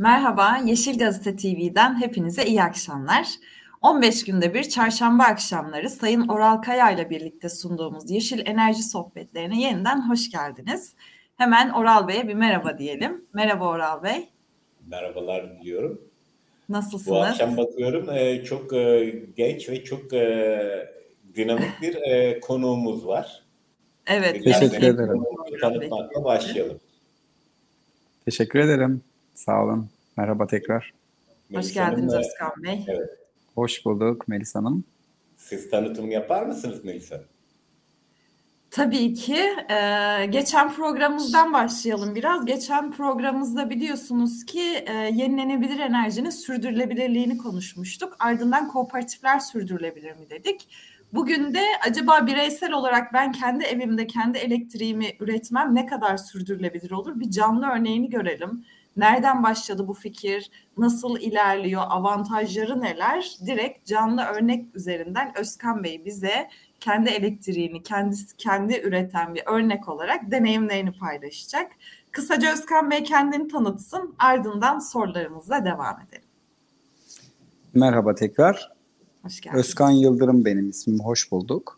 Merhaba, Yeşil Gazete TV'den hepinize iyi akşamlar. 15 günde bir çarşamba akşamları Sayın Oral Kaya ile birlikte sunduğumuz Yeşil Enerji Sohbetlerine yeniden hoş geldiniz. Hemen Oral Bey'e bir merhaba diyelim. Merhaba Oral Bey. Merhabalar diliyorum. Bu Nasılsınız? akşam bakıyorum çok genç ve çok dinamik bir konuğumuz var. Evet, Teşekkür Kendini ederim. tanıtmakla başlayalım. Teşekkür ederim. Sağ olun. Merhaba tekrar. Hoş Melis Hanım, geldiniz Özkan Bey. evet, Hoş bulduk Melis Hanım. siz tanıtım yapar mısınız Melis Hanım? Tabii ki. Geçen programımızdan başlayalım biraz. Geçen programımızda biliyorsunuz ki yenilenebilir enerjinin sürdürülebilirliğini konuşmuştuk. Ardından kooperatifler sürdürülebilir mi dedik. Bugün de acaba bireysel olarak ben kendi evimde kendi elektriğimi üretmem ne kadar sürdürülebilir olur? Bir canlı örneğini görelim. Nereden başladı bu fikir? Nasıl ilerliyor? Avantajları neler? Direkt canlı örnek üzerinden Özkan Bey bize kendi elektriğini kendi üreten bir örnek olarak deneyimlerini paylaşacak. Kısaca Özkan Bey kendini tanıtsın, ardından sorularımızla devam edelim. Merhaba tekrar. Hoş geldiniz. Özkan Yıldırım benim ismim. Hoş bulduk.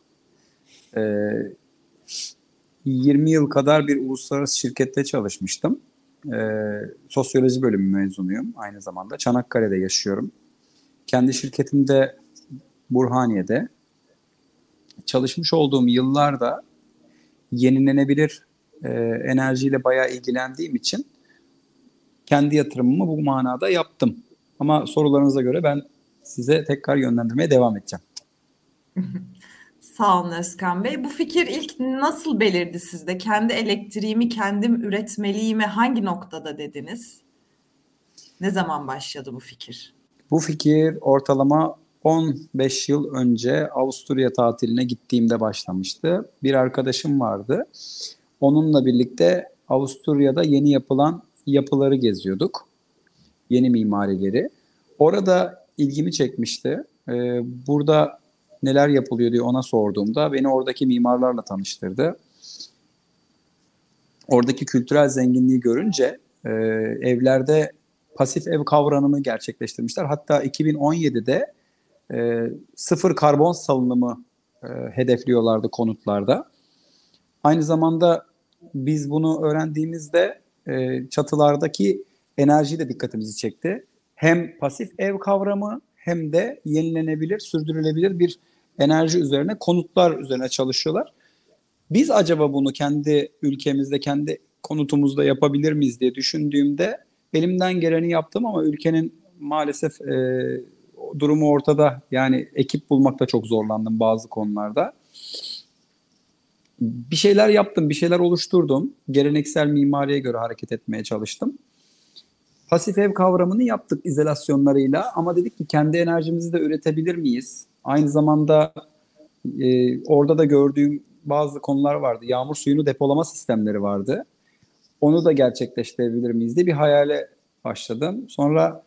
20 yıl kadar bir uluslararası şirkette çalışmıştım. Sosyoloji bölümü mezunuyum aynı zamanda. Çanakkale'de yaşıyorum. Kendi şirketimde Burhaniye'de. Çalışmış olduğum yıllarda yenilenebilir enerjiyle bayağı ilgilendiğim için kendi yatırımımı bu manada yaptım. Ama sorularınıza göre ben size tekrar yönlendirmeye devam edeceğim. Sağ olun Özkan Bey. Bu fikir ilk nasıl belirdi sizde? Kendi elektriğimi kendim üretmeliyimi hangi noktada dediniz? Ne zaman başladı bu fikir? Bu fikir ortalama 15 yıl önce Avusturya tatiline gittiğimde başlamıştı. Bir arkadaşım vardı. Onunla birlikte Avusturya'da yeni yapılan yapıları geziyorduk. Yeni mimarileri. Orada ilgimi çekmişti. Burada neler yapılıyor diye ona sorduğumda beni oradaki mimarlarla tanıştırdı. Oradaki kültürel zenginliği görünce evlerde pasif ev kavramını gerçekleştirmişler. Hatta 2017'de sıfır karbon salınımı hedefliyorlardı konutlarda. Aynı zamanda biz bunu öğrendiğimizde çatılardaki enerji de dikkatimizi çekti. Hem pasif ev kavramı hem de yenilenebilir, sürdürülebilir bir enerji üzerine, konutlar üzerine çalışıyorlar. Biz acaba bunu kendi ülkemizde, kendi konutumuzda yapabilir miyiz diye düşündüğümde elimden geleni yaptım ama ülkenin maalesef durumu ortada. Yani ekip bulmakta çok zorlandım bazı konularda. Bir şeyler yaptım, bir şeyler oluşturdum. Geleneksel mimariye göre hareket etmeye çalıştım. Pasif ev kavramını yaptık izolasyonlarıyla ama dedik ki kendi enerjimizi de üretebilir miyiz? Aynı zamanda orada da gördüğüm bazı konular vardı. Yağmur suyunu depolama sistemleri vardı. Onu da gerçekleştirebilir miyiz diye bir hayale başladım. Sonra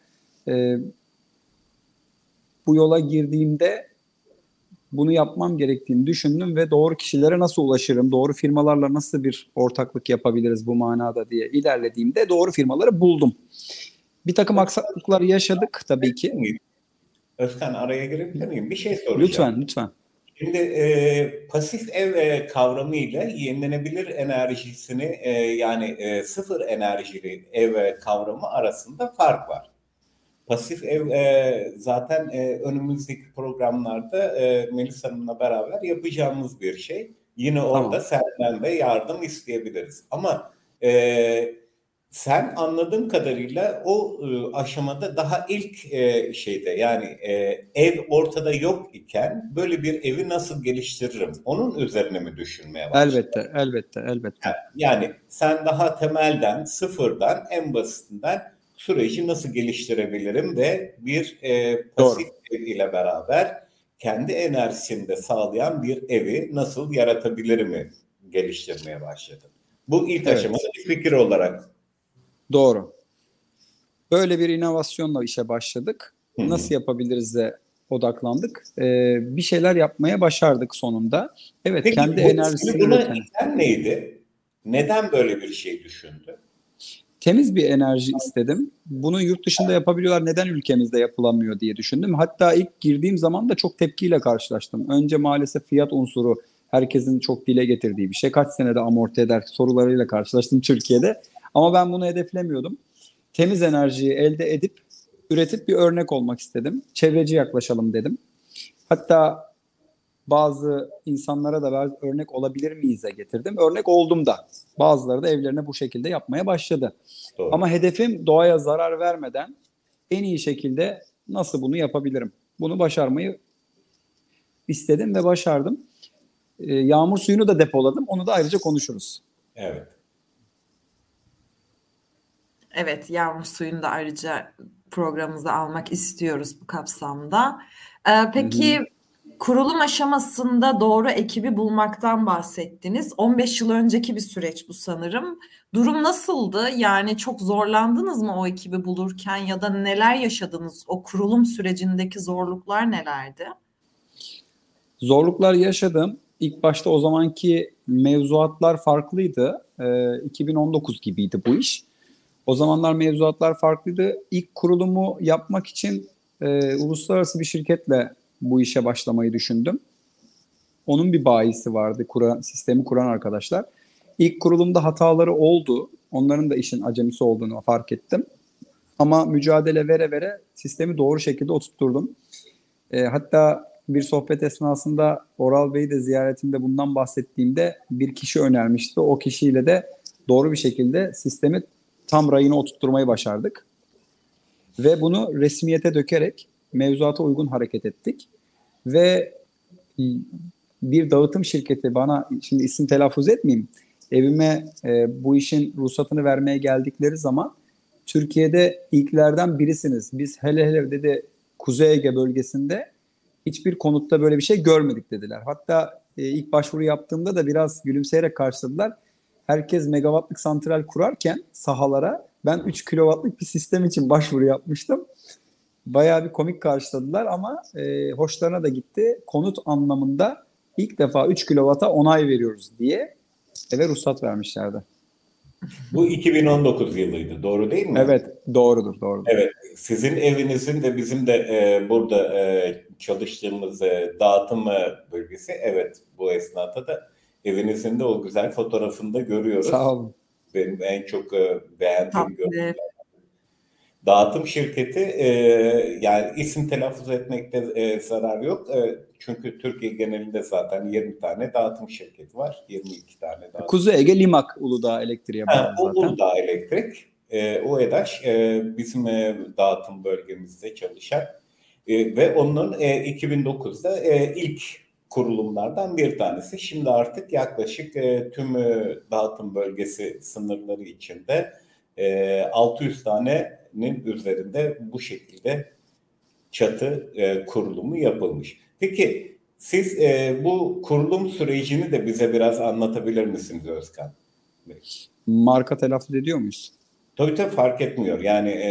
bu yola girdiğimde bunu yapmam gerektiğini düşündüm ve doğru kişilere nasıl ulaşırım, doğru firmalarla nasıl bir ortaklık yapabiliriz bu manada diye ilerlediğimde doğru firmaları buldum. Bir takım aksaklıklar yaşadık tabii ki. Özkan, araya girebilir miyim? Bir şey soracağım. Lütfen. Şimdi pasif ev kavramıyla yenilenebilir enerjisini yani sıfır enerjili ev kavramı arasında fark var. Pasif ev zaten önümüzdeki programlarda Melis Hanım'la beraber yapacağımız bir şey. Yine orada senden de yardım isteyebiliriz. Ama sen anladığım kadarıyla o aşamada daha ilk şeyde yani ev ortada yok iken böyle bir evi nasıl geliştiririm? Onun üzerine mi düşünmeye başladın? Elbette. Yani sen daha temelden, sıfırdan, en basitinden süreci nasıl geliştirebilirim ve bir pasif ev ile beraber kendi enerjisini de sağlayan bir evi nasıl yaratabilirim geliştirmeye başladım. Bu ilk aşamada bir fikir olarak. Doğru. Böyle bir inovasyonla işe başladık. Nasıl yapabiliriz de odaklandık. Bir şeyler yapmaya başardık sonunda. Evet, peki, kendi enerjisini üreten. Neden neydi? Neden böyle bir şey düşündü? temiz bir enerji istedim. Bunu yurt dışında yapabiliyorlar, neden ülkemizde yapılamıyor diye düşündüm. Hatta ilk girdiğim zaman da çok tepkiyle karşılaştım. Önce maalesef fiyat unsuru herkesin çok dile getirdiği bir şey. Kaç senede amorti eder sorularıyla karşılaştım Türkiye'de. Ama ben bunu hedeflemiyordum. Temiz enerjiyi elde edip, üretip bir örnek olmak istedim. Çevreci yaklaşalım dedim. Hatta bazı insanlara da örnek olabilir miyiz'e getirdim. Örnek oldum da. Bazıları da evlerine bu şekilde yapmaya başladı. Doğru. Ama hedefim doğaya zarar vermeden en iyi şekilde nasıl bunu yapabilirim? Bunu başarmayı istedim ve başardım. Yağmur suyunu da depoladım. Onu da ayrıca konuşuruz. Evet. Evet, yağmur suyunu da ayrıca programımıza almak istiyoruz bu kapsamda. Peki kurulum aşamasında doğru ekibi bulmaktan bahsettiniz. 15 yıl önceki bir süreç bu sanırım. Durum nasıldı? Yani çok zorlandınız mı o ekibi bulurken ya da neler yaşadınız? O kurulum sürecindeki zorluklar nelerdi? Zorluklar yaşadım. İlk başta o zamanki mevzuatlar farklıydı. 2019 gibiydi bu iş. O zamanlar mevzuatlar farklıydı. İlk kurulumu yapmak için uluslararası bir şirketle bu işe başlamayı düşündüm. Onun bir bayisi vardı, sistemi kuran arkadaşlar. İlk kurulumda hataları oldu. Onların da işin acemisi olduğunu fark ettim. Ama mücadele vere vere sistemi doğru şekilde oturtturdum. Hatta bir sohbet esnasında Oral Bey'i de ziyaretimde bundan bahsettiğimde bir kişi önermişti. O kişiyle de doğru bir şekilde sistemi tam rayına oturtturmayı başardık. Ve bunu resmiyete dökerek mevzuata uygun hareket ettik. Ve bir dağıtım şirketi bana, şimdi isim telaffuz etmeyeyim, evime bu işin ruhsatını vermeye geldikleri zaman Türkiye'de ilklerden birisiniz. Biz hele dedi Kuzey Ege bölgesinde hiçbir konutta böyle bir şey görmedik dediler. Hatta ilk başvuru yaptığımda da biraz gülümseyerek karşıladılar. Herkes megawattlık santral kurarken sahalara ben 3 kilowattlık bir sistem için başvuru yapmıştım. Bayağı bir komik karşıladılar ama hoşlarına da gitti. Konut anlamında ilk defa 3 kilowata onay veriyoruz diye eve ruhsat vermişlerdi. Bu 2019 yılıydı, doğru değil mi? Evet, doğrudur. Evet, sizin evinizin de bizim de burada çalıştığımız dağıtım bölgesi, evet, bu esnada da evinizin de o güzel fotoğrafını da görüyoruz. Sağ olun. Benim en çok beğendiğim görüntüler. Evet. Dağıtım şirketi, yani isim telaffuz etmekte zarar yok. Çünkü Türkiye genelinde zaten 20 tane dağıtım şirketi var. 22 tane dağıtım. Kuzey Ege Limak Uludağ Elektriğe bağlı zaten. Uludağ Elektrik. UEDAŞ bizim dağıtım bölgemizde çalışan ve onun 2009'da ilk kurulumlardan bir tanesi. Şimdi artık yaklaşık tüm dağıtım bölgesi sınırları içinde 600 tanenin üzerinde bu şekilde çatı kurulumu yapılmış. Peki siz bu kurulum sürecini de bize biraz anlatabilir misiniz Özkan Bey? Marka telaffuz ediyor muyuz? Tabii fark etmiyor. Yani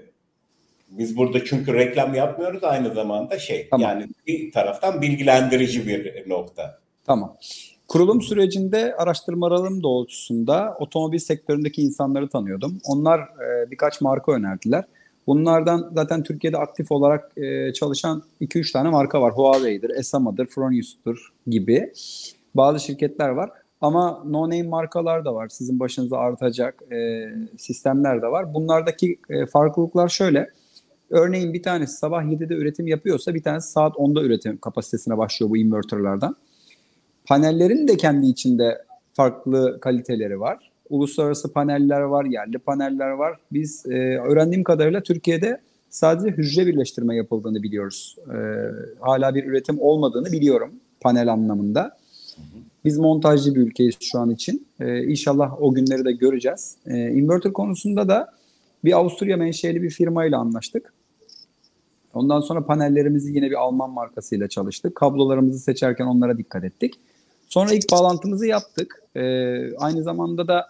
biz burada çünkü reklam yapmıyoruz, aynı zamanda Tamam. yani bir taraftan bilgilendirici bir nokta. Tamam. Kurulum sürecinde araştırmalarım doğrultusunda otomobil sektöründeki insanları tanıyordum. Onlar birkaç marka önerdiler. Bunlardan zaten Türkiye'de aktif olarak çalışan 2-3 tane marka var. Huawei'dir, Esama'dır, Fronius'tur gibi bazı şirketler var. Ama no-name markalar da var. Sizin başınıza artacak sistemler de var. Bunlardaki farklılıklar şöyle. Örneğin bir tanesi sabah 7'de üretim yapıyorsa bir tanesi saat 10'da üretim kapasitesine başlıyor bu inverterlardan. Panellerin de kendi içinde farklı kaliteleri var. Uluslararası paneller var, yerli paneller var. Biz öğrendiğim kadarıyla Türkiye'de sadece hücre birleştirme yapıldığını biliyoruz. Hala bir üretim olmadığını biliyorum panel anlamında. Biz montajcı bir ülkeyiz şu an için. İnşallah o günleri de göreceğiz. Inverter konusunda da bir Avusturya menşeli bir firmayla anlaştık. Ondan sonra panellerimizi yine bir Alman markasıyla çalıştık. Kablolarımızı seçerken onlara dikkat ettik. Sonra ilk bağlantımızı yaptık. Aynı zamanda da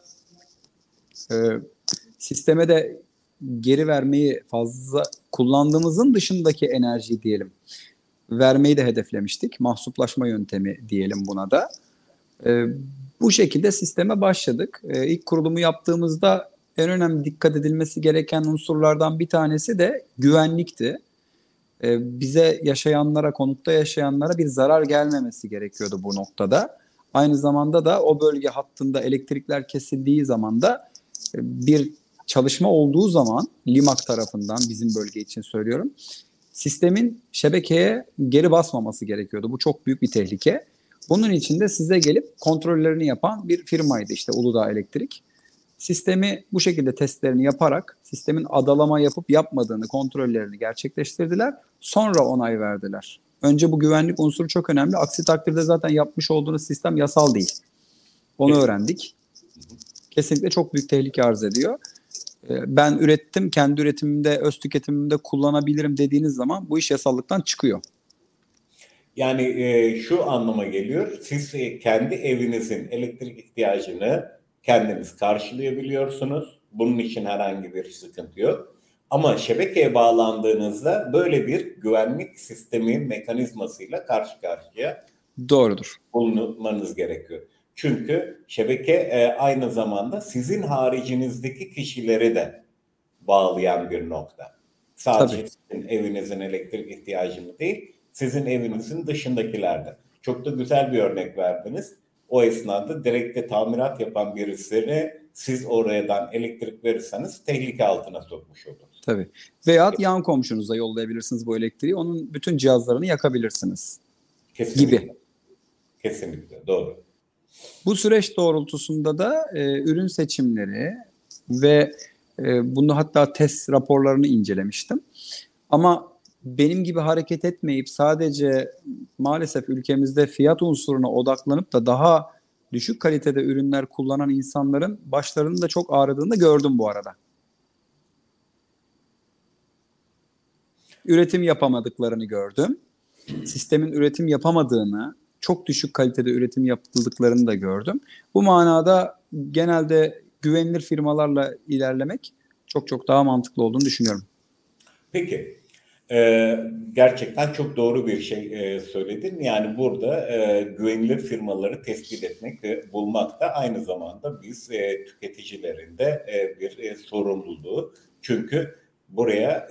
sisteme de geri vermeyi fazla kullandığımızın dışındaki enerji diyelim vermeyi de hedeflemiştik. Mahsuplaşma yöntemi diyelim buna da. Bu şekilde sisteme başladık. İlk kurulumu yaptığımızda en önemli dikkat edilmesi gereken unsurlardan bir tanesi de güvenlikti. Bize yaşayanlara, konutta yaşayanlara bir zarar gelmemesi gerekiyordu bu noktada. Aynı zamanda da o bölge hattında elektrikler kesildiği zaman da bir çalışma olduğu zaman Limak tarafından, bizim bölge için söylüyorum, sistemin şebekeye geri basmaması gerekiyordu. Bu çok büyük bir tehlike. Bunun için de size gelip kontrollerini yapan bir firmaydı işte Uludağ Elektrik. Sistemi bu şekilde testlerini yaparak sistemin adalama yapıp yapmadığını kontrollerini gerçekleştirdiler. Sonra onay verdiler. Önce bu güvenlik unsuru çok önemli. Aksi takdirde zaten yapmış olduğunuz sistem yasal değil. Onu öğrendik. Kesinlikle çok büyük tehlike arz ediyor. Ben ürettim, kendi üretimimde, öz tüketimimde kullanabilirim dediğiniz zaman bu iş yasallıktan çıkıyor. Yani şu anlama geliyor. Siz kendi evinizin elektrik ihtiyacını kendiniz karşılayabiliyorsunuz. Bunun için herhangi bir sıkıntı yok. Ama şebekeye bağlandığınızda böyle bir güvenlik sistemi mekanizmasıyla karşı karşıya Doğrudur. bulunmanız gerekiyor. Çünkü şebeke aynı zamanda sizin haricinizdeki kişileri de bağlayan bir nokta. Sadece Tabii. sizin evinizin elektrik ihtiyacını değil, sizin evinizin dışındakilerde. Çok da güzel bir örnek verdiniz. O esnada direkte tamirat yapan birisine siz oradan elektrik verirseniz tehlike altına sokmuş olursunuz. Tabii. Veya yan komşunuza yollayabilirsiniz bu elektriği. Onun bütün cihazlarını yakabilirsiniz. Kesinlikle. Gibi. Kesinlikle. Doğru. Bu süreç doğrultusunda da ürün seçimleri ve bunu hatta test raporlarını incelemiştim. Ama benim gibi hareket etmeyip sadece maalesef ülkemizde fiyat unsuruna odaklanıp da daha düşük kalitede ürünler kullanan insanların başlarının da çok ağrıdığını da gördüm bu arada. Üretim yapamadıklarını gördüm. Sistemin üretim yapamadığını, çok düşük kalitede üretim yapıldıklarını da gördüm. Bu manada genelde güvenilir firmalarla ilerlemek çok çok daha mantıklı olduğunu düşünüyorum. Peki. Gerçekten çok doğru bir şey söyledin. Yani burada güvenilir firmaları tespit etmek ve bulmak da aynı zamanda biz tüketicilerin de bir sorumluluğu. Çünkü buraya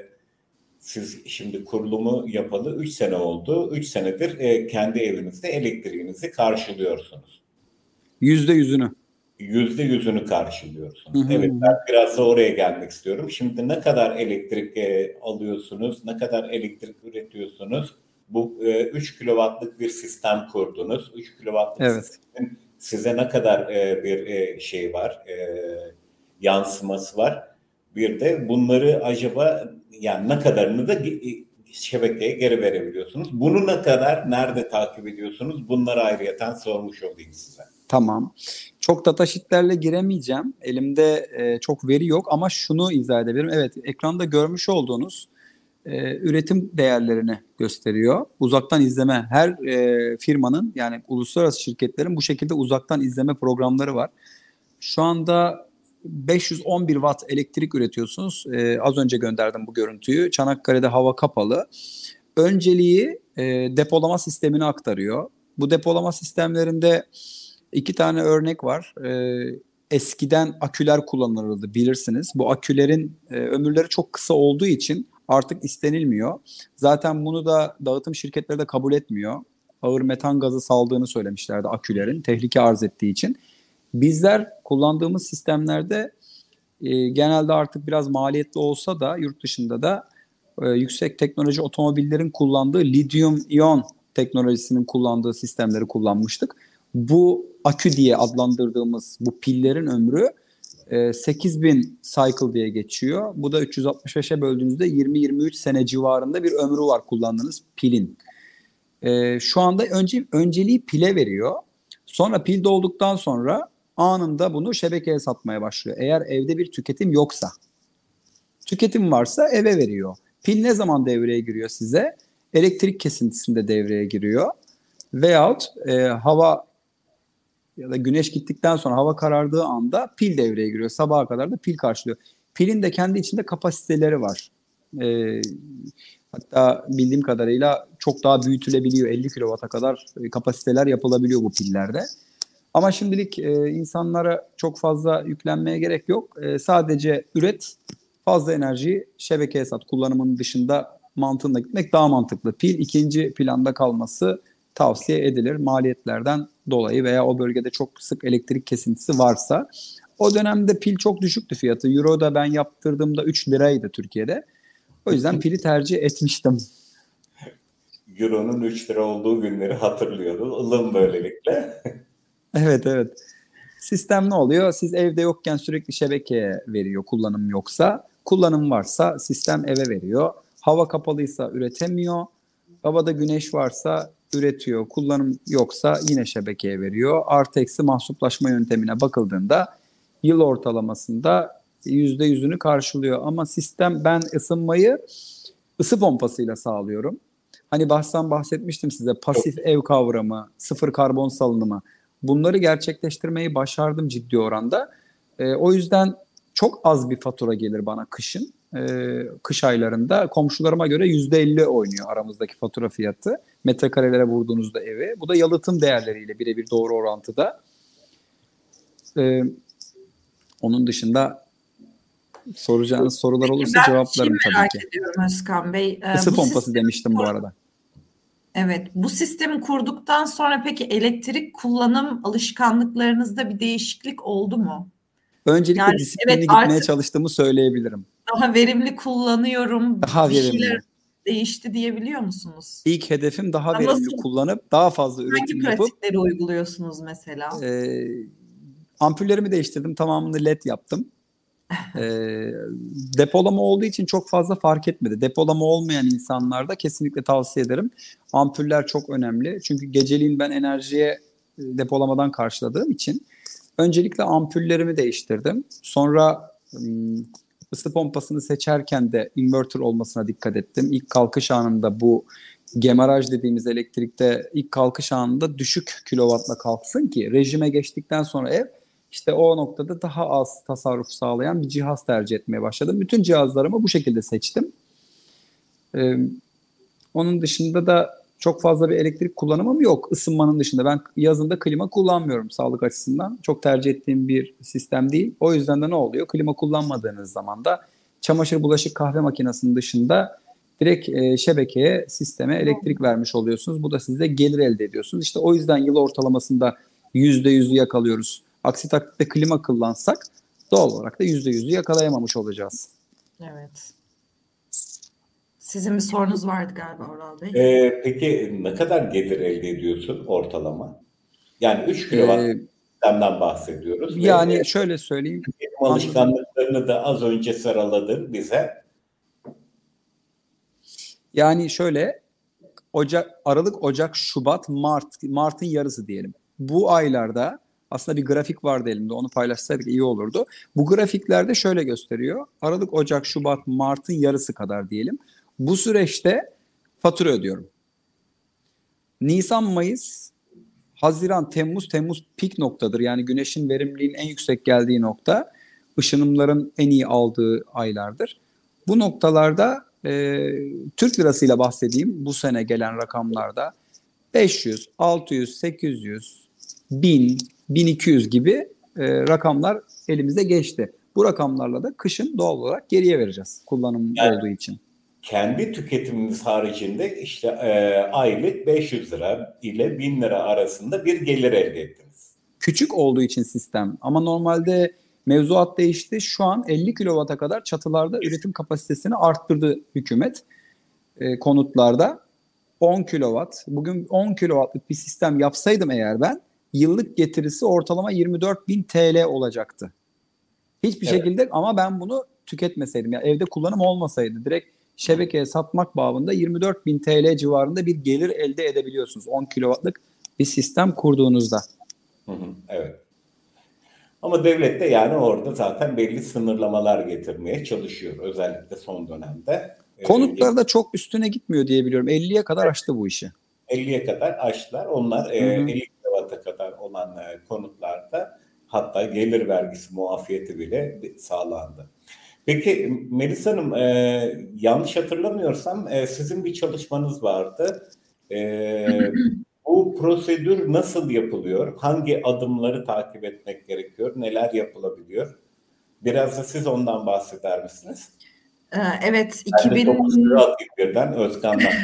siz şimdi kurulumu yapalı 3 sene oldu. 3 senedir kendi evinizde elektriğinizi karşılıyorsunuz. %100'ünü. %100'ünü karşılıyorsunuz. Hı hı. Evet, ben biraz da oraya gelmek istiyorum. Şimdi ne kadar elektrik alıyorsunuz, ne kadar elektrik üretiyorsunuz? Bu 3 kilowattlık bir sistem kurdunuz. 3 kilowattlık Evet. sistemin size ne kadar bir şey var, yansıması var. Bir de bunları acaba yani ne kadarını da şebekeye geri verebiliyorsunuz? Bunu ne kadar, nerede takip ediyorsunuz? Bunları ayrıyeten sormuş olayım size. Tamam. Çok datasheetlerle giremeyeceğim. Elimde çok veri yok ama şunu izah edebilirim. Evet, ekranda görmüş olduğunuz üretim değerlerini gösteriyor. Uzaktan izleme her firmanın yani uluslararası şirketlerin bu şekilde uzaktan izleme programları var. Şu anda 511 watt elektrik üretiyorsunuz. Az önce gönderdim bu görüntüyü. Çanakkale'de hava kapalı. Önceliği depolama sistemine aktarıyor. Bu depolama sistemlerinde 2 tane örnek var. Eskiden aküler kullanılırdı bilirsiniz. Bu akülerin ömürleri çok kısa olduğu için artık istenilmiyor. Zaten bunu da dağıtım şirketleri de kabul etmiyor. Ağır metan gazı saldığını söylemişlerdi akülerin tehlike arz ettiği için. Bizler kullandığımız sistemlerde genelde artık biraz maliyetli olsa da yurt dışında da yüksek teknoloji otomobillerin kullandığı lityum iyon teknolojisinin kullandığı sistemleri kullanmıştık. Bu akü diye adlandırdığımız bu pillerin ömrü 8000 cycle diye geçiyor. Bu da 365'e böldüğünüzde 20-23 sene civarında bir ömrü var kullandığınız pilin. Şu anda önceliği pile veriyor. Sonra pil dolduktan sonra anında bunu şebekeye satmaya başlıyor. Eğer evde bir tüketim yoksa, tüketim varsa eve veriyor. Pil ne zaman devreye giriyor size? Elektrik kesintisinde devreye giriyor. Veyahut hava ya da güneş gittikten sonra hava karardığı anda pil devreye giriyor. Sabaha kadar da pil karşılıyor. Pilin de kendi içinde kapasiteleri var. Hatta bildiğim kadarıyla çok daha büyütülebiliyor. 50 kW'a kadar kapasiteler yapılabiliyor bu pillerde. Ama şimdilik insanlara çok fazla yüklenmeye gerek yok. Sadece üret, fazla enerjiyi şebekeye sat. Kullanımın dışında mantığında gitmek daha mantıklı. Pil ikinci planda kalması tavsiye edilir. Maliyetlerden dolayı veya o bölgede çok sık elektrik kesintisi varsa. O dönemde pil çok düşüktü fiyatı. Euro'da ben yaptırdığımda 3 liraydı Türkiye'de. O yüzden pili tercih etmiştim. Euro'nun 3 lira olduğu günleri hatırlıyoruz. Ilım böylelikle. Evet, evet. Sistem ne oluyor? Siz evde yokken sürekli şebekeye veriyor kullanım yoksa. Kullanım varsa sistem eve veriyor. Hava kapalıysa üretemiyor. Havada güneş varsa üretiyor. Kullanım yoksa yine şebekeye veriyor. Artı eksi mahsuplaşma yöntemine bakıldığında yıl ortalamasında %100'ünü karşılıyor. Ama sistem, ben ısınmayı ısı pompasıyla sağlıyorum. Hani bahsetmiştim size, pasif ev kavramı, sıfır karbon salınımı. Bunları gerçekleştirmeyi başardım ciddi oranda. O yüzden çok az bir fatura gelir bana kışın. Kış aylarında komşularıma göre %50 oynuyor aramızdaki fatura fiyatı. Metrekarelere vurduğunuzda evi. Bu da yalıtım değerleriyle birebir doğru orantıda. Onun dışında soracağınız sorular Peki olursa ben cevaplarım tabii merak ki. ediyorum Özkan Bey. Isı Bu pompası sistemi demiştim bu arada. Evet, bu sistemi kurduktan sonra peki elektrik kullanım alışkanlıklarınızda bir değişiklik oldu mu? Öncelikle Yani evet, disiplinli gitmeye artık çalıştığımı söyleyebilirim. daha verimli kullanıyorum, Daha bir şeyler verimli. değişti diyebiliyor musunuz? İlk hedefim daha verimli Nasıl, kullanıp daha fazla hangi üretim yapıp pratikleri uyguluyorsunuz mesela? e, ampullerimi değiştirdim. Tamamını LED yaptım. E, Depolama olduğu için çok fazla fark etmedi. Depolama olmayan insanlarda kesinlikle tavsiye ederim. Ampuller çok önemli. Çünkü geceliğin ben enerjiye depolamadan karşıladığım için öncelikle ampullerimi değiştirdim. Sonra ısı pompasını seçerken de inverter olmasına dikkat ettim. İlk kalkış anında bu gemaraj dediğimiz elektrikte ilk kalkış anında düşük kilovatla kalksın ki rejime geçtikten sonra ev işte o noktada daha az tasarruf sağlayan bir cihaz tercih etmeye başladım. Bütün cihazlarımı bu şekilde seçtim. Ee, Onun dışında da çok fazla bir elektrik kullanımım yok ısınmanın dışında. Ben yazında klima kullanmıyorum sağlık açısından. Çok tercih ettiğim bir sistem değil. O yüzden de ne oluyor? Klima kullanmadığınız zaman da çamaşır, bulaşık, kahve makinesinin dışında direkt şebekeye, sisteme elektrik vermiş oluyorsunuz. Bu da size gelir elde ediyorsunuz. İşte o yüzden yıl ortalamasında %100'ü yakalıyoruz. Aksi takdirde klima kullansak doğal olarak da %100'ü yakalayamamış olacağız. Evet. Sizin bir sorunuz vardı galiba Oral Bey. Peki ne kadar gelir elde ediyorsun ortalama? Yani 3 kilowatt Ee, sistemden bahsediyoruz ve Yani şöyle söyleyeyim. tüketim alışkanlıklarını da az önce sıraladın bize. Yani şöyle Aralık, Ocak, Şubat, Mart'ın yarısı diyelim. Bu aylarda aslında bir grafik vardı elimde, onu paylaşsaydık iyi olurdu. Bu grafiklerde şöyle gösteriyor. Aralık, Ocak, Şubat, Mart'ın yarısı kadar diyelim. Bu süreçte fatura ödüyorum. Nisan, Mayıs, Haziran, Temmuz pik noktadır. Yani güneşin verimliliğin en yüksek geldiği nokta, ışınımların en iyi aldığı aylardır. Bu noktalarda Türk lirasıyla bahsedeyim, bu sene gelen rakamlarda 500, 600, 800, 1000, 1200 gibi rakamlar elimize geçti. Bu rakamlarla da kışın doğal olarak geriye vereceğiz kullanım Yani olduğu için. kendi tüketiminiz haricinde işte aylık 500 lira ile 1000 lira arasında bir gelir elde ettiniz. Küçük olduğu için sistem, ama normalde mevzuat değişti. Şu an 50 kilovata kadar çatılarda üretim kapasitesini arttırdı hükümet konutlarda. 10 kilowatt. Bugün 10 kilowattlık bir sistem yapsaydım eğer ben, yıllık getirisi ortalama 24.000 TL olacaktı. Hiçbir Evet. şekilde, ama ben bunu tüketmeseydim, yani evde kullanım olmasaydı, direkt şebekeye satmak babında 24.000 TL civarında bir gelir elde edebiliyorsunuz 10 kilowattlık bir sistem kurduğunuzda. Evet. Ama devlet de yani orada zaten belli sınırlamalar getirmeye çalışıyor. Özellikle son dönemde. Konutlarda çok üstüne gitmiyor diye biliyorum. 50'ye kadar aştı bu işi. 50'ye kadar aştılar. Onlar Hı hı. 50 kilowatt'a kadar olan konutlarda hatta gelir vergisi muafiyeti bile sağlandı. Peki Melis Hanım, yanlış hatırlamıyorsam sizin bir çalışmanız vardı. Bu Bu prosedür nasıl yapılıyor? Hangi adımları takip etmek gerekiyor? Neler yapılabiliyor? Biraz da siz ondan bahseder misiniz? Evet, Ben de topu size atayım birden Özkan'dan.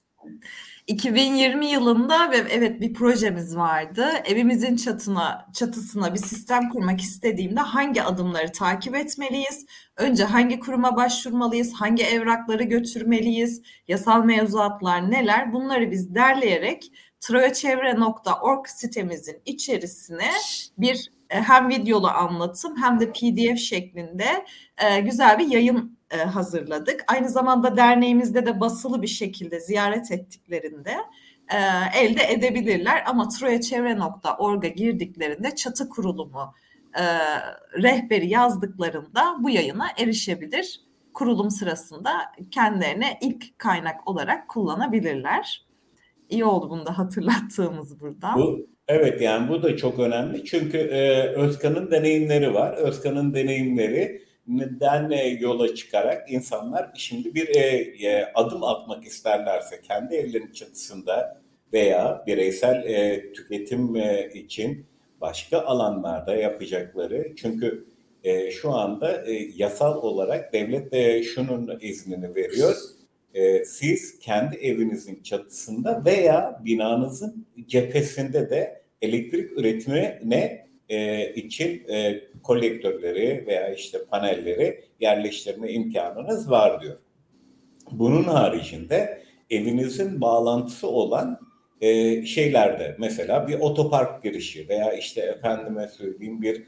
2020 yılında ve evet bir projemiz vardı. Evimizin çatısına bir sistem kurmak istediğimde hangi adımları takip etmeliyiz? Önce hangi kuruma başvurmalıyız? Hangi evrakları götürmeliyiz? Yasal mevzuatlar neler? Bunları biz derleyerek troyaçevre.org sitemizin içerisine bir hem videolu anlatım hem de PDF şeklinde güzel bir yayın hazırladık. Aynı zamanda derneğimizde de basılı bir şekilde ziyaret ettiklerinde elde edebilirler. Ama troyaçevre.org'a girdiklerinde çatı kurulumu rehberi yazdıklarında bu yayına erişebilir. Kurulum sırasında kendilerine ilk kaynak olarak kullanabilirler. İyi oldu bunu da hatırlattığımız buradan. Evet, yani bu da çok önemli çünkü Özkan'ın deneyimleri var. Özkan'ın deneyimlerinden yola çıkarak insanlar şimdi bir adım atmak isterlerse kendi evlerinin çatısında veya bireysel tüketim için başka alanlarda yapacakları. Çünkü şu anda yasal olarak devlet şunun iznini veriyor. Siz kendi evinizin çatısında veya binanızın cephesinde de elektrik üretimine için kolektörleri veya işte panelleri yerleştirme imkanınız var diyor. Bunun haricinde evinizin bağlantısı olan şeylerde mesela bir otopark girişi veya işte efendime söyleyeyim bir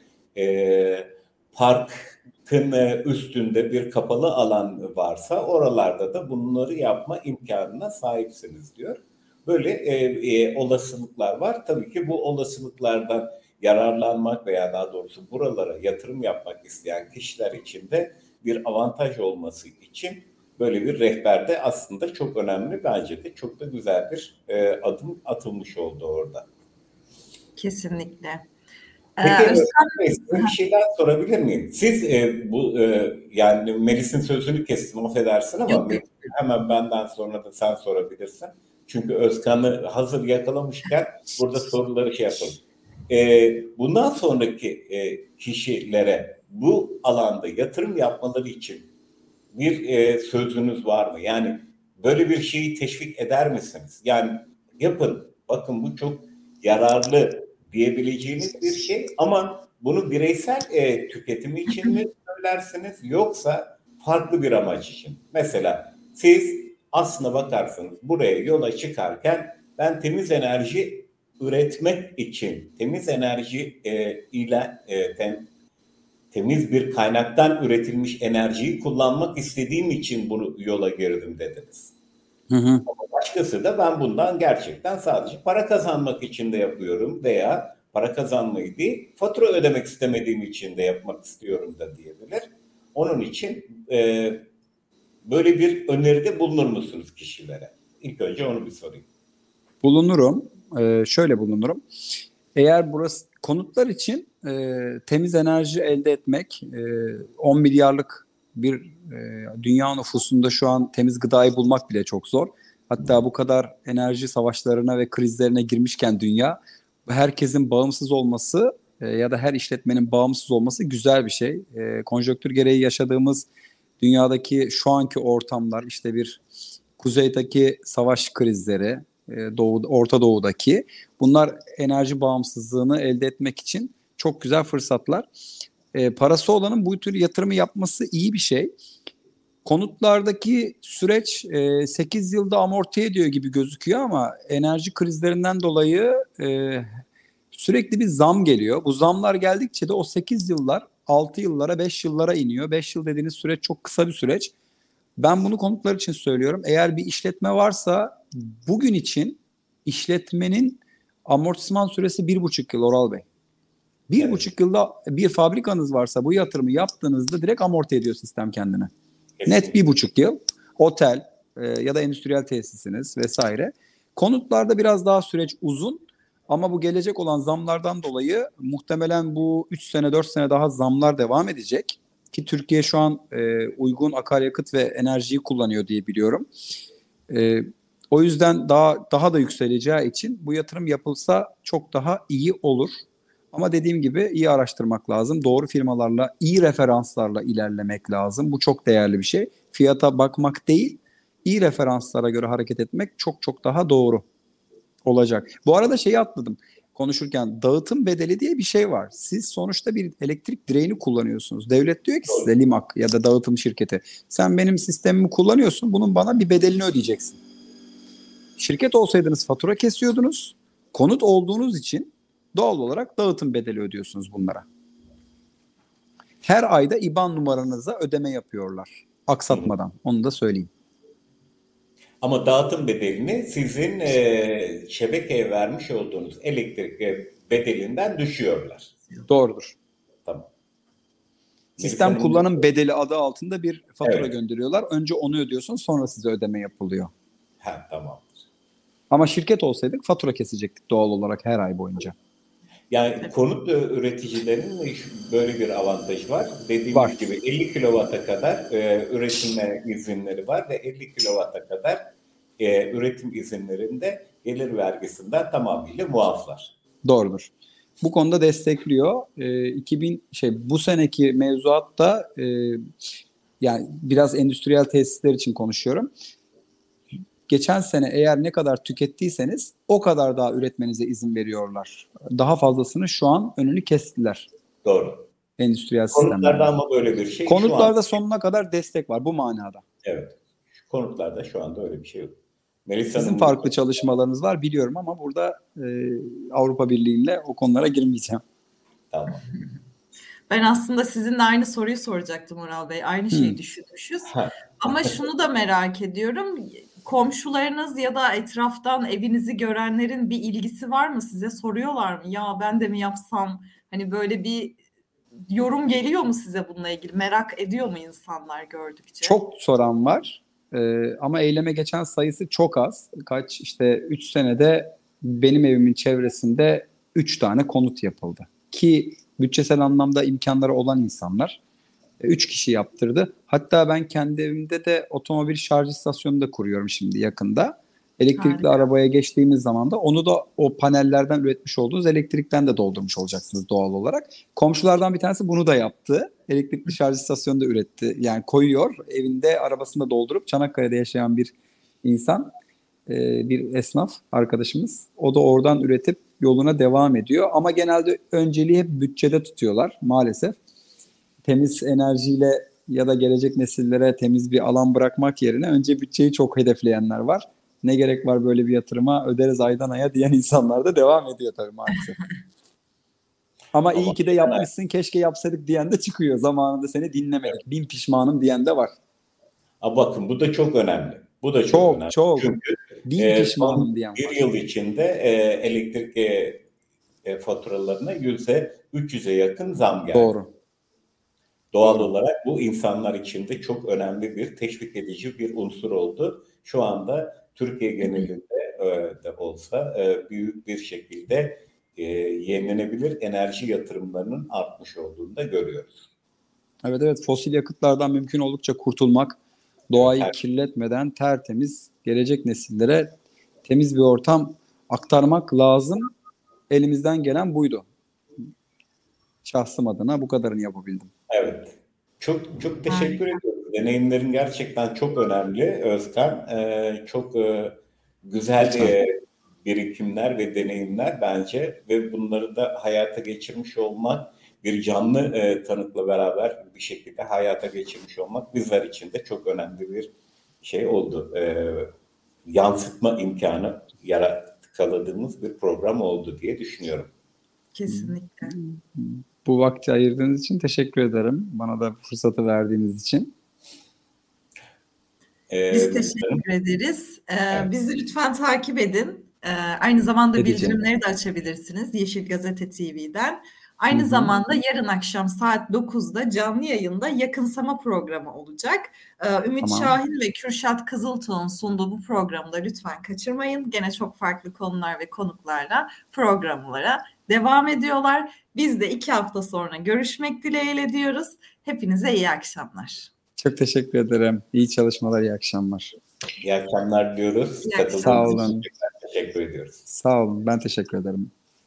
parkın üstünde bir kapalı alan varsa oralarda da bunları yapma imkanına sahipsiniz diyor. Böyle olasılıklar var. Tabii ki bu olasılıklardan yararlanmak veya daha doğrusu buralara yatırım yapmak isteyen kişiler için de bir avantaj olması için böyle bir rehberde aslında çok önemli, bence de çok da güzel bir adım atılmış oldu orada. Kesinlikle. Peki Özkan Bey, size bir şey daha sorabilir miyim? Siz yani Melis'in sözünü kestim, affedersin ama Yok. hemen benden sonra da sen sorabilirsin. Çünkü Özkan'ı hazır yakalamışken burada soruları şey yapalım. Bundan sonraki kişilere bu alanda yatırım yapmaları için bir sözünüz var mı? Yani böyle bir şeyi teşvik eder misiniz? Yani yapın, bakın bu çok yararlı diyebileceğiniz bir şey ama bunu bireysel tüketimi için mi söylersiniz yoksa farklı bir amaç için? Mesela siz aslına bakarsanız buraya yola çıkarken ben temiz enerji üretmek için, temiz enerji ile temiz bir kaynaktan üretilmiş enerjiyi kullanmak istediğim için bunu yola girdim dediniz. Ama başkası da ben bundan gerçekten sadece para kazanmak için de yapıyorum veya para kazanmayı değil, fatura ödemek istemediğim için de yapmak istiyorum da diyebilir. Onun için böyle bir öneride bulunur musunuz kişilere? İlk önce onu bir sorayım. Bulunurum. Şöyle bulunurum. Eğer burası konutlar için temiz enerji elde etmek 10 milyarlık bir dünya nüfusunda şu an temiz gıdayı bulmak bile çok zor. Hatta bu kadar enerji savaşlarına ve krizlerine girmişken dünya, herkesin bağımsız olması ya da her işletmenin bağımsız olması güzel bir şey. Konjonktür gereği yaşadığımız dünyadaki şu anki ortamlar, işte bir kuzeydeki savaş krizleri, Orta Doğu'daki, bunlar enerji bağımsızlığını elde etmek için çok güzel fırsatlar. Parası olanın bu tür yatırımı yapması iyi bir şey. Konutlardaki süreç 8 yılda amorti ediyor gibi gözüküyor ama enerji krizlerinden dolayı sürekli bir zam geliyor. Bu zamlar geldikçe de o 8 yıllar 6 yıllara, 5 yıllara iniyor. 5 yıl dediğiniz süreç çok kısa bir süreç. Ben bunu konutlar için söylüyorum. Eğer bir işletme varsa bugün için işletmenin amortisman süresi 1,5 yıl Oral Bey. 1,5 yılda bir fabrikanız varsa bu yatırımı yaptığınızda direkt amorti ediyor sistem kendine. Net 1,5 yıl. Otel ya da endüstriyel tesisiniz vesaire. Konutlarda biraz daha süreç uzun ama bu gelecek olan zamlardan dolayı muhtemelen bu 3 sene 4 sene daha zamlar devam edecek. Ki Türkiye şu an uygun akaryakıt ve enerjiyi kullanıyor diye biliyorum. O yüzden daha da yükseleceği için bu yatırım yapılsa çok daha iyi olur. Ama dediğim gibi iyi araştırmak lazım. Doğru firmalarla, iyi referanslarla ilerlemek lazım. Bu çok değerli bir şey. Fiyata bakmak değil, iyi referanslara göre hareket etmek çok çok daha doğru olacak. Bu arada şeyi atladım. Konuşurken dağıtım bedeli diye bir şey var. Siz sonuçta bir elektrik direğini kullanıyorsunuz. Devlet diyor ki size, Limak ya da dağıtım şirketi, sen benim sistemimi kullanıyorsun, bunun bana bir bedelini ödeyeceksin. Şirket olsaydınız fatura kesiyordunuz. Konut olduğunuz için doğal olarak dağıtım bedeli ödüyorsunuz bunlara. Her ayda IBAN numaranıza ödeme yapıyorlar. Aksatmadan. Onu da söyleyeyim. Ama dağıtım bedelini sizin şebekeye vermiş olduğunuz elektrik bedelinden düşüyorlar. Doğrudur. Tamam. Sistem kullanım bedeli adı altında bir fatura Evet. gönderiyorlar. Önce onu ödüyorsun, sonra size ödeme yapılıyor. Ha, tamam. Ama şirket olsaydık fatura kesecektik doğal olarak her ay boyunca. Yani konut üreticilerinin böyle bir avantajı var. Dediğimiz Var. gibi 50 kilovata kadar üretime izinleri var ve 50 kilovata kadar üretim izinlerinde gelir vergisinden tamamıyla muaflar. Doğrudur. Bu konuda destekliyor. Bu seneki mevzuatta yani biraz endüstriyel tesisler için konuşuyorum. Geçen sene eğer ne kadar tükettiyseniz o kadar daha üretmenize izin veriyorlar. Daha fazlasını şu an önünü kestiler. Doğru. Endüstriyel sistemlerde. Konutlarda ama böyle bir şey Konutlarda sonuna kadar destek var bu manada. Evet. Konutlarda şu anda öyle bir şey yok. Sizin farklı çalışmalarınız var biliyorum ama burada Avrupa Birliği'yle o konulara girmeyeceğim. Tamam. Ben aslında sizinle aynı soruyu soracaktım Oral Bey. Aynı şeyi düşünmüşüz. Ama şunu da merak ediyorum. Komşularınız ya da etraftan evinizi görenlerin bir ilgisi var mı? Size soruyorlar mı? Ya ben de mi yapsam? Hani böyle bir yorum geliyor mu size bununla ilgili? Merak ediyor mu insanlar gördükçe? Çok soran var. Ama eyleme geçen sayısı çok az. 3 senede benim evimin çevresinde 3 tane konut yapıldı. Ki bütçesel anlamda imkanları olan insanlar 3 kişi yaptırdı. Hatta ben kendi evimde de otomobil şarj istasyonu da kuruyorum şimdi yakında. Elektrikli Harika. arabaya geçtiğimiz zaman da onu da o panellerden üretmiş olduğunuz elektrikten de doldurmuş olacaksınız doğal olarak. Komşulardan bir tanesi bunu da yaptı. Elektrikli şarj istasyonu da üretti. Yani koyuyor evinde, arabasında doldurup, Çanakkale'de yaşayan bir insan, bir esnaf arkadaşımız. O da oradan üretip yoluna devam ediyor. Ama genelde önceliği hep bütçede tutuyorlar maalesef. Temiz enerjiyle ya da gelecek nesillere temiz bir alan bırakmak yerine önce bütçeyi çok hedefleyenler var. Ne gerek var böyle bir yatırıma, öderiz aydan aya diyen insanlar da devam ediyor tabii maalesef. Ama iyi ki de yapmışsın, keşke yapsaydık diyen de çıkıyor. Zamanında seni dinlemedik, bin pişmanım diyen de var. Bakın bu da çok önemli. Bu da çok önemli. Çok. Çünkü Bin pişmanım diyen var. bir yıl içinde elektrik faturalarına %300'e yakın zam geldi. Doğru. Doğal olarak bu insanlar için de çok önemli bir teşvik edici bir unsur oldu. Şu anda Türkiye genelinde de olsa büyük bir şekilde yenilenebilir enerji yatırımlarının artmış olduğunu da görüyoruz. Evet, fosil yakıtlardan mümkün oldukça kurtulmak, doğayı kirletmeden tertemiz gelecek nesillere temiz bir ortam aktarmak lazım. Elimizden gelen buydu. Şahsım adına bu kadarını yapabildim. Evet. Çok teşekkür ediyorum. Deneyimlerin gerçekten çok önemli Özkan. Çok güzel birikimler ve deneyimler bence ve bunları da hayata geçirmiş olmak, bir canlı tanıkla beraber bir şekilde hayata geçirmiş olmak bizler için de çok önemli bir şey oldu. Yansıtma imkanı yakaladığımız bir program oldu diye düşünüyorum. Kesinlikle. Bu vakti ayırdığınız için teşekkür ederim. Bana da fırsatı verdiğiniz için. Biz teşekkür ederiz. Bizi lütfen takip edin. Aynı zamanda bildirimleri de açabilirsiniz Yeşil Gazete TV'den. Aynı zamanda yarın akşam saat 9'da canlı yayında yakınsama programı olacak. Ümit Şahin ve Kürşat Kızıltuğ'un sunduğu bu programı da lütfen kaçırmayın. Gene çok farklı konular ve konuklarla programlara devam ediyorlar. Biz de 2 hafta sonra görüşmek dileğiyle diyoruz. Hepinize iyi akşamlar. Çok teşekkür ederim. İyi çalışmalar, iyi akşamlar. İyi akşamlar diyoruz. İyi Katıldığınız Sağ için olun. tekrar teşekkür ediyoruz. Sağ olun. Ben teşekkür ederim.